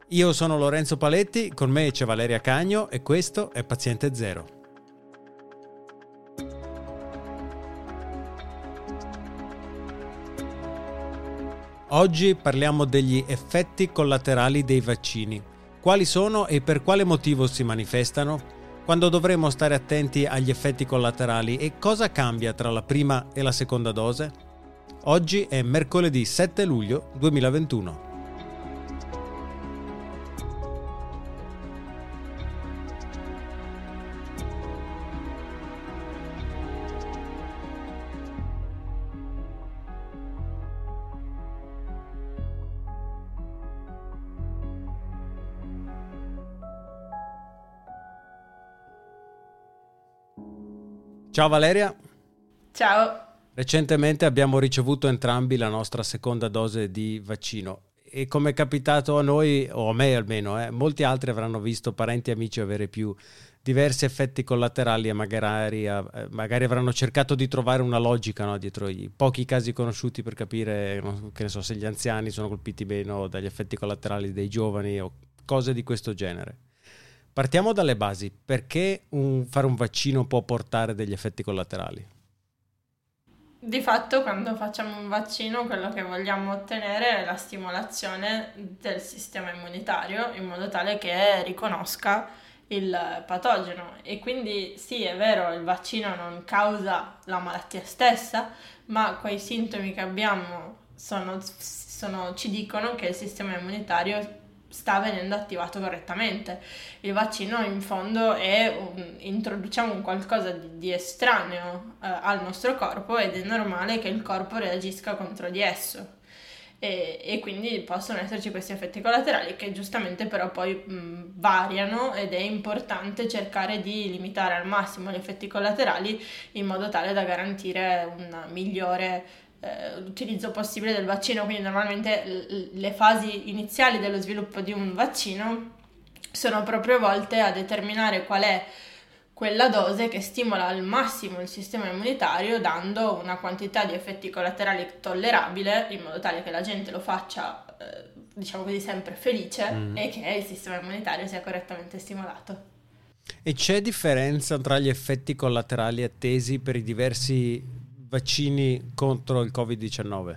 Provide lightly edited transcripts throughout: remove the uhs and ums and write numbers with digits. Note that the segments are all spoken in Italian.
Io sono Lorenzo Paletti, con me c'è Valeria Cagno e questo è Paziente Zero. Oggi parliamo degli effetti collaterali dei vaccini. Quali sono e per quale motivo si manifestano? Quando dovremo stare attenti agli effetti collaterali e cosa cambia tra la prima e la seconda dose? Oggi è mercoledì 7 luglio 2021. Ciao Valeria. Ciao. Recentemente abbiamo ricevuto entrambi la nostra seconda dose di vaccino e come è capitato a noi, o a me almeno, molti altri avranno visto parenti e amici avere più diversi effetti collaterali e magari avranno cercato di trovare una logica, no, dietro i pochi casi conosciuti per capire, che ne so, se gli anziani sono colpiti meno dagli effetti collaterali dei giovani o cose di questo genere. Partiamo dalle basi. Perché fare un vaccino può portare degli effetti collaterali? Di fatto, quando facciamo un vaccino, quello che vogliamo ottenere è la stimolazione del sistema immunitario in modo tale che riconosca il patogeno. E quindi sì, è vero, il vaccino non causa la malattia stessa, ma quei sintomi che abbiamo ci dicono che il sistema immunitario sta venendo attivato correttamente. Il vaccino in fondo introduciamo un qualcosa di estraneo al nostro corpo ed è normale che il corpo reagisca contro di esso e quindi possono esserci questi effetti collaterali che giustamente però poi variano ed è importante cercare di limitare al massimo gli effetti collaterali in modo tale da garantire un migliore l'utilizzo possibile del vaccino. Quindi normalmente le fasi iniziali dello sviluppo di un vaccino sono proprio volte a determinare qual è quella dose che stimola al massimo il sistema immunitario dando una quantità di effetti collaterali tollerabile in modo tale che la gente lo faccia diciamo così sempre felice e che il sistema immunitario sia correttamente stimolato. E c'è differenza tra gli effetti collaterali attesi per i diversi vaccini contro il Covid-19?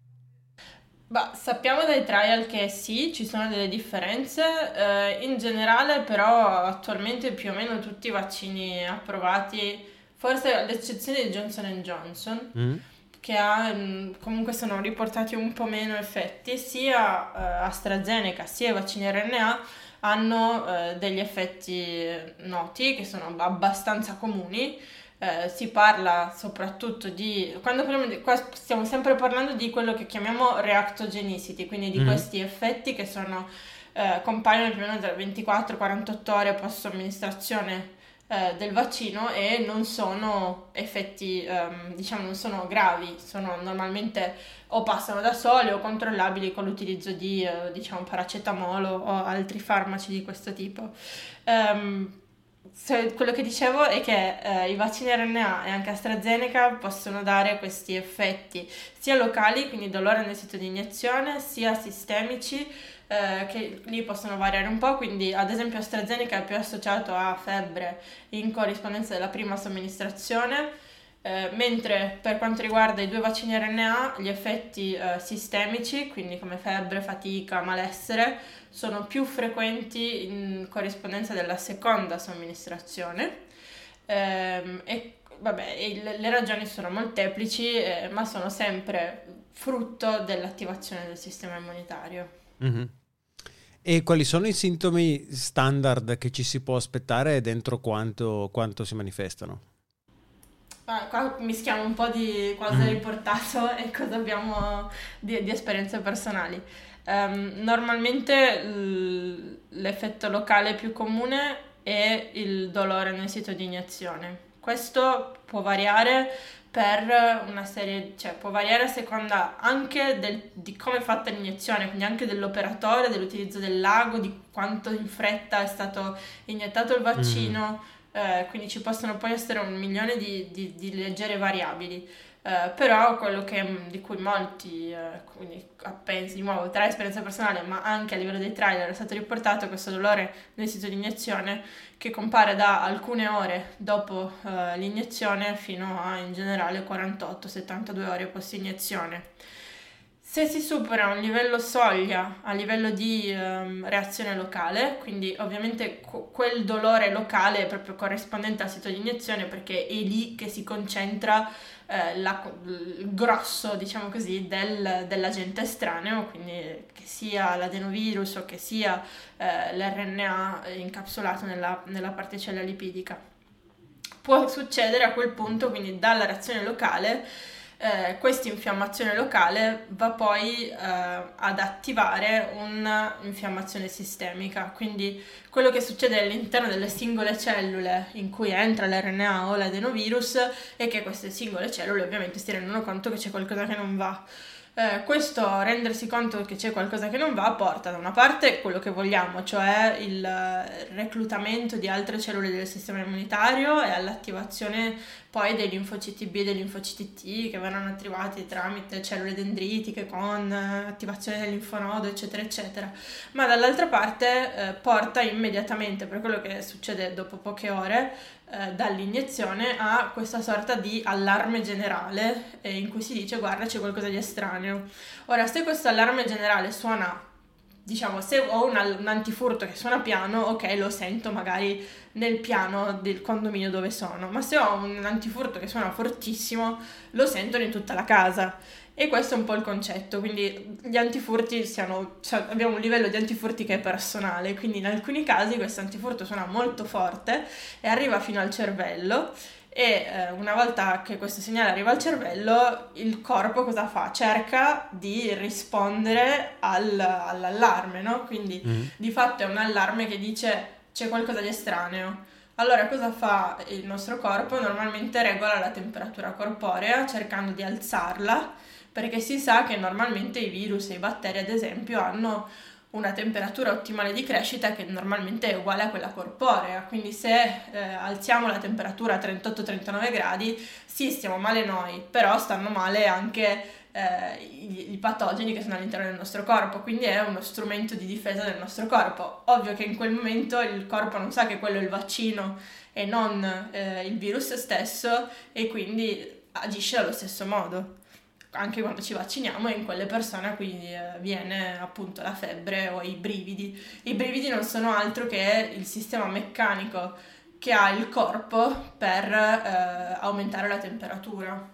Sappiamo dai trial che sì, ci sono delle differenze, in generale però attualmente più o meno tutti i vaccini approvati, forse all'eccezione di Johnson & Johnson, che comunque sono riportati un po' meno effetti, sia AstraZeneca sia i vaccini RNA hanno degli effetti noti che sono abbastanza comuni. Si parla soprattutto qua stiamo sempre parlando di quello che chiamiamo reactogenicity, quindi di questi effetti che compaiono più o meno tra 24 e 48 ore post somministrazione del vaccino e non sono effetti non sono gravi, sono normalmente o passano da soli o controllabili con l'utilizzo di paracetamolo o altri farmaci di questo tipo. Quello che dicevo è che i vaccini RNA e anche AstraZeneca possono dare questi effetti sia locali, quindi dolore nel sito di iniezione, sia sistemici, che lì possono variare un po', quindi ad esempio AstraZeneca è più associato a febbre in corrispondenza della prima somministrazione, mentre per quanto riguarda i due vaccini RNA gli effetti sistemici, quindi come febbre, fatica, malessere, sono più frequenti in corrispondenza della seconda somministrazione le ragioni sono molteplici, ma sono sempre frutto dell'attivazione del sistema immunitario. Mm-hmm. E quali sono i sintomi standard che ci si può aspettare dentro quanto si manifestano? Qua mischiamo un po' di cosa riportato e cosa abbiamo di esperienze personali. Normalmente l'effetto locale più comune è il dolore nel sito di iniezione. Questo può variare per una serie, può variare a seconda anche di come è fatta l'iniezione, quindi anche dell'operatore, dell'utilizzo dell'ago, di quanto in fretta è stato iniettato il vaccino. Quindi ci possono poi essere 1 milione di leggere variabili. Però quello di cui molti, quindi pensi di nuovo tra esperienza personale ma anche a livello dei trailer è stato riportato questo dolore nel sito di iniezione che compare da alcune ore dopo l'iniezione fino a in generale 48-72 ore post iniezione. Se si supera un livello soglia a livello di reazione locale, quindi ovviamente quel dolore locale è proprio corrispondente al sito di iniezione perché è lì che si concentra il grosso, diciamo così, dell'agente estraneo, quindi che sia l'adenovirus o che sia l'RNA incapsulato nella particella lipidica. Può succedere a quel punto, quindi dalla reazione locale, questa infiammazione locale va poi ad attivare un'infiammazione sistemica, quindi quello che succede all'interno delle singole cellule in cui entra l'RNA o l'adenovirus è che queste singole cellule ovviamente si rendono conto che c'è qualcosa che non va. Questo rendersi conto che c'è qualcosa che non va porta da una parte quello che vogliamo, cioè il reclutamento di altre cellule del sistema immunitario e all'attivazione poi dei linfociti B e dei linfociti T che verranno attivati tramite cellule dendritiche con attivazione del linfonodo eccetera eccetera, ma dall'altra parte porta immediatamente, per quello che succede dopo poche ore dall'iniezione, a questa sorta di allarme generale in cui si dice guarda c'è qualcosa di estraneo. Ora, se questo allarme generale suona, diciamo, se ho un antifurto che suona piano, ok, lo sento magari nel piano del condominio dove sono, ma se ho un antifurto che suona fortissimo lo sentono in tutta la casa. E questo è un po' il concetto, quindi gli antifurti abbiamo un livello di antifurti che è personale, quindi in alcuni casi questo antifurto suona molto forte e arriva fino al cervello e una volta che questo segnale arriva al cervello il corpo cosa fa? Cerca di rispondere all'allarme, no? Quindi di fatto è un allarme che dice c'è qualcosa di estraneo. Allora cosa fa il nostro corpo? Normalmente regola la temperatura corporea cercando di alzarla, perché si sa che normalmente i virus e i batteri, ad esempio, hanno una temperatura ottimale di crescita che normalmente è uguale a quella corporea, quindi se alziamo la temperatura a 38-39 gradi, sì, stiamo male noi, però stanno male anche i patogeni che sono all'interno del nostro corpo, quindi è uno strumento di difesa del nostro corpo. Ovvio che in quel momento il corpo non sa che quello è il vaccino e non il virus stesso e quindi agisce allo stesso modo anche quando ci vacciniamo, e in quelle persone a cui viene appunto la febbre o i brividi. I brividi non sono altro che il sistema meccanico che ha il corpo per aumentare la temperatura.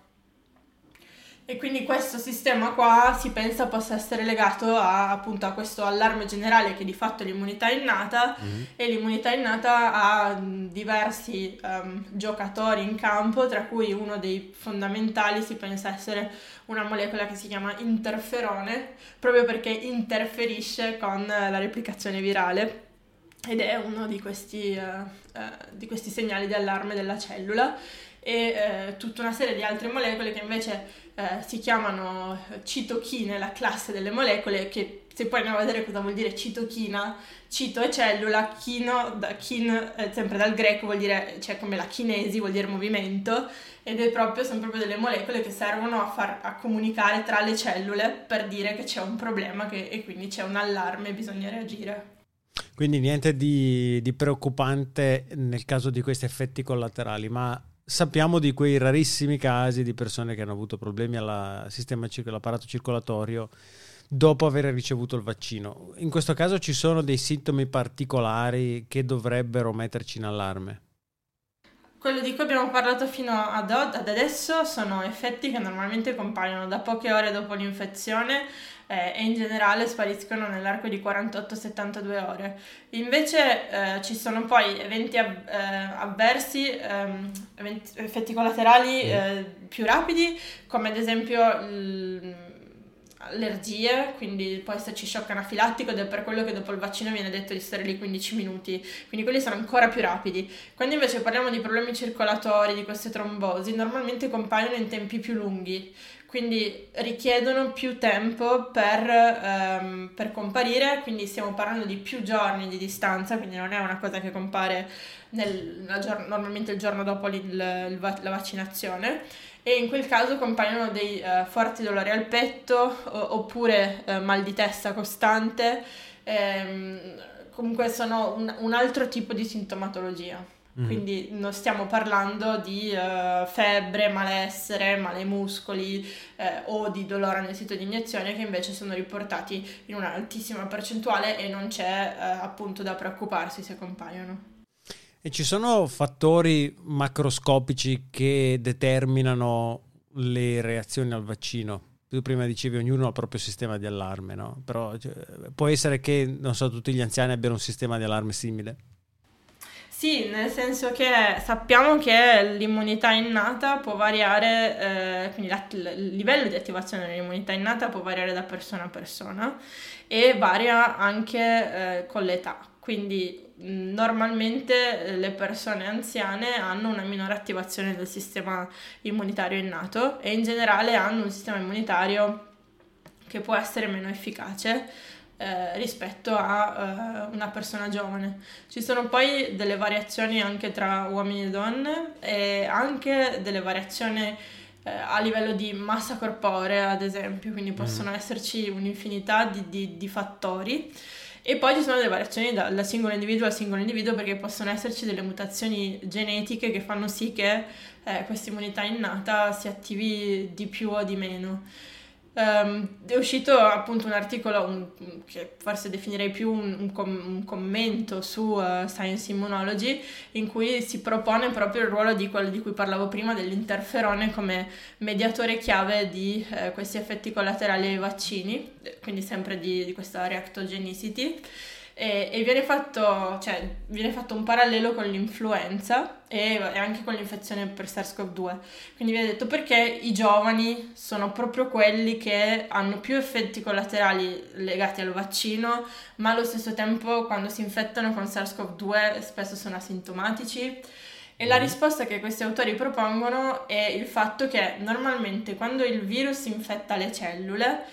E quindi questo sistema qua si pensa possa essere legato appunto a questo allarme generale che di fatto è l'immunità innata, e l'immunità innata ha diversi giocatori in campo, tra cui uno dei fondamentali si pensa essere una molecola che si chiama interferone, proprio perché interferisce con la replicazione virale ed è uno di questi segnali di allarme della cellula, e tutta una serie di altre molecole che invece si chiamano citochine, la classe delle molecole, che se poi andiamo a vedere cosa vuol dire citochina, cito è cellula, chino, sempre dal greco vuol dire, cioè come la kinesi vuol dire movimento, ed sono proprio delle molecole che servono a comunicare tra le cellule per dire che c'è un problema e quindi c'è un allarme e bisogna reagire. Quindi niente di preoccupante nel caso di questi effetti collaterali, sappiamo di quei rarissimi casi di persone che hanno avuto problemi all'apparato circolatorio dopo aver ricevuto il vaccino. In questo caso ci sono dei sintomi particolari che dovrebbero metterci in allarme? Quello di cui abbiamo parlato fino ad adesso sono effetti che normalmente compaiono da poche ore dopo l'infezione e in generale spariscono nell'arco di 48-72 ore. Invece ci sono poi eventi avversi, effetti collaterali più rapidi, come ad esempio allergie, quindi può esserci shock anafilattico, ed è per quello che dopo il vaccino viene detto di stare lì 15 minuti, quindi quelli sono ancora più rapidi. Quando invece parliamo di problemi circolatori, di queste trombosi, normalmente compaiono in tempi più lunghi, quindi richiedono più tempo per comparire, quindi stiamo parlando di più giorni di distanza, quindi non è una cosa che compare normalmente il giorno dopo la vaccinazione, e in quel caso compaiono dei forti dolori al petto oppure mal di testa costante, comunque sono un altro tipo di sintomatologia. Quindi non stiamo parlando di febbre, malessere, male ai muscoli o di dolore nel sito di iniezione, che invece sono riportati in un'altissima percentuale e non c'è appunto da preoccuparsi se compaiono. E ci sono fattori macroscopici che determinano le reazioni al vaccino? Tu prima dicevi ognuno ha il proprio sistema di allarme, no? Però può essere che, non so, tutti gli anziani abbiano un sistema di allarme simile? Sì, nel senso che sappiamo che l'immunità innata può variare, quindi il livello di attivazione dell'immunità innata può variare da persona a persona e varia anche con l'età. Quindi normalmente le persone anziane hanno una minore attivazione del sistema immunitario innato e in generale hanno un sistema immunitario che può essere meno efficace rispetto a una persona giovane. Ci sono poi delle variazioni anche tra uomini e donne e anche delle variazioni a livello di massa corporea, ad esempio, quindi possono esserci un'infinità di fattori. E poi ci sono delle variazioni da singolo individuo al singolo individuo, perché possono esserci delle mutazioni genetiche che fanno sì che questa immunità innata si attivi di più o di meno. È uscito appunto un articolo che forse definirei più un commento su Science Immunology, in cui si propone proprio il ruolo di quello di cui parlavo prima, dell'interferone come mediatore chiave di questi effetti collaterali ai vaccini, quindi sempre di questa reactogenicity. E viene fatto un parallelo con l'influenza e anche con l'infezione per SARS-CoV-2. Quindi viene detto perché i giovani sono proprio quelli che hanno più effetti collaterali legati al vaccino, ma allo stesso tempo quando si infettano con SARS-CoV-2 spesso sono asintomatici. E la risposta che questi autori propongono è il fatto che normalmente quando il virus infetta le cellule,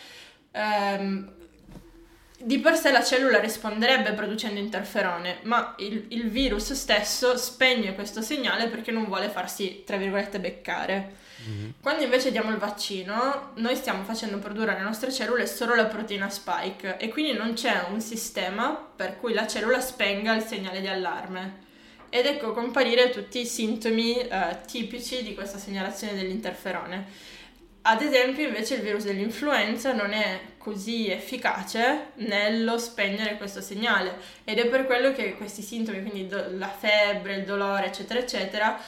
di per sé la cellula risponderebbe producendo interferone, ma il virus stesso spegne questo segnale perché non vuole farsi, tra virgolette, beccare. Quando invece diamo il vaccino, noi stiamo facendo produrre alle nostre cellule solo la proteina spike e quindi non c'è un sistema per cui la cellula spenga il segnale di allarme. Ed ecco comparire tutti i sintomi tipici di questa segnalazione dell'interferone. Ad esempio, invece, il virus dell'influenza non è così efficace nello spegnere questo segnale ed è per quello che questi sintomi, quindi la febbre, il dolore, eccetera, eccetera,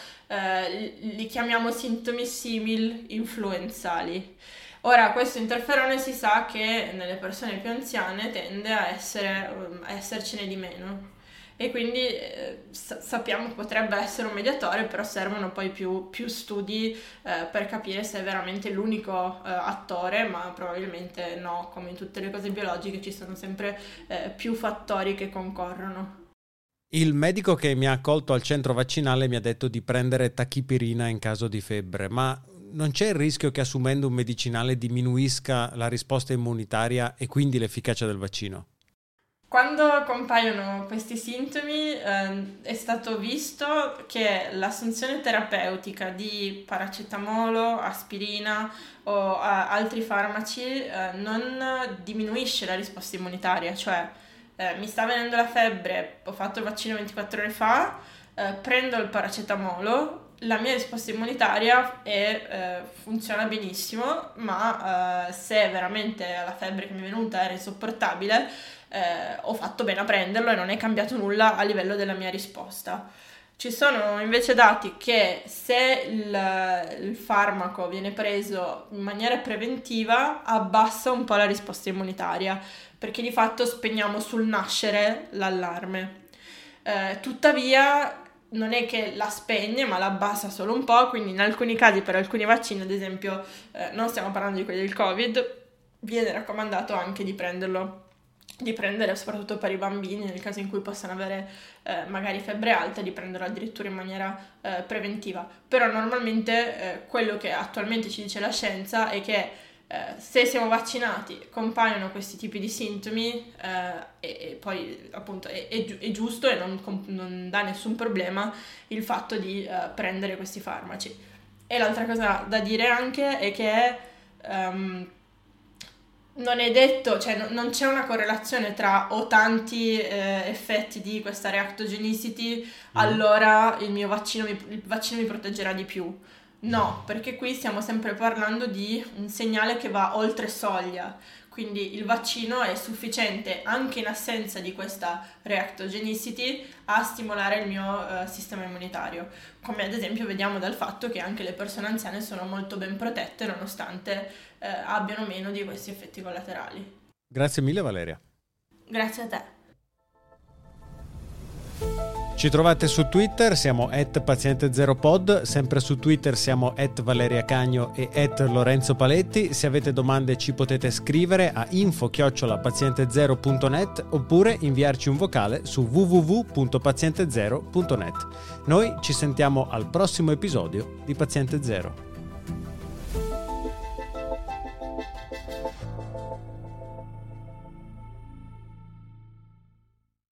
li chiamiamo sintomi simil influenzali. Ora, questo interferone si sa che nelle persone più anziane tende a essercene di meno. E quindi sappiamo che potrebbe essere un mediatore, però servono poi più studi per capire se è veramente l'unico attore, ma probabilmente no, come in tutte le cose biologiche ci sono sempre più fattori che concorrono. Il medico che mi ha accolto al centro vaccinale mi ha detto di prendere tachipirina in caso di febbre, ma non c'è il rischio che assumendo un medicinale diminuisca la risposta immunitaria e quindi l'efficacia del vaccino? Quando compaiono questi sintomi è stato visto che l'assunzione terapeutica di paracetamolo, aspirina o altri farmaci non diminuisce la risposta immunitaria, cioè mi sta venendo la febbre, ho fatto il vaccino 24 ore fa, prendo il paracetamolo, la mia risposta immunitaria funziona benissimo, ma se veramente la febbre che mi è venuta era insopportabile, ho fatto bene a prenderlo e non è cambiato nulla a livello della mia risposta. Ci sono invece dati che se il farmaco viene preso in maniera preventiva abbassa un po' la risposta immunitaria, perché di fatto spegniamo sul nascere l'allarme. Tuttavia non è che la spegne, ma la abbassa solo un po', quindi in alcuni casi per alcuni vaccini, ad esempio, non stiamo parlando di quelli del Covid, viene raccomandato anche di prendere soprattutto per i bambini, nel caso in cui possano avere magari febbre alta, di prenderlo addirittura in maniera preventiva. Però normalmente quello che attualmente ci dice la scienza è che se siamo vaccinati compaiono questi tipi di sintomi e poi appunto è giusto e non dà nessun problema il fatto di prendere questi farmaci. E l'altra cosa da dire anche è che non è detto, cioè non c'è una correlazione tra ho tanti effetti di questa reactogenicity, allora il vaccino mi proteggerà di più. No, perché qui stiamo sempre parlando di un segnale che va oltre soglia, quindi il vaccino è sufficiente anche in assenza di questa reactogenicity a stimolare il mio sistema immunitario, come ad esempio vediamo dal fatto che anche le persone anziane sono molto ben protette nonostante abbiano meno di questi effetti collaterali. Grazie mille Valeria. Grazie a te. Ci trovate su Twitter, siamo @paziente0pod, sempre su Twitter siamo @Valeria Cagno e @Lorenzo Paletti. Se avete domande ci potete scrivere a info@pazientezero.net oppure inviarci un vocale su www.pazientezero.net. Noi ci sentiamo al prossimo episodio di Paziente Zero.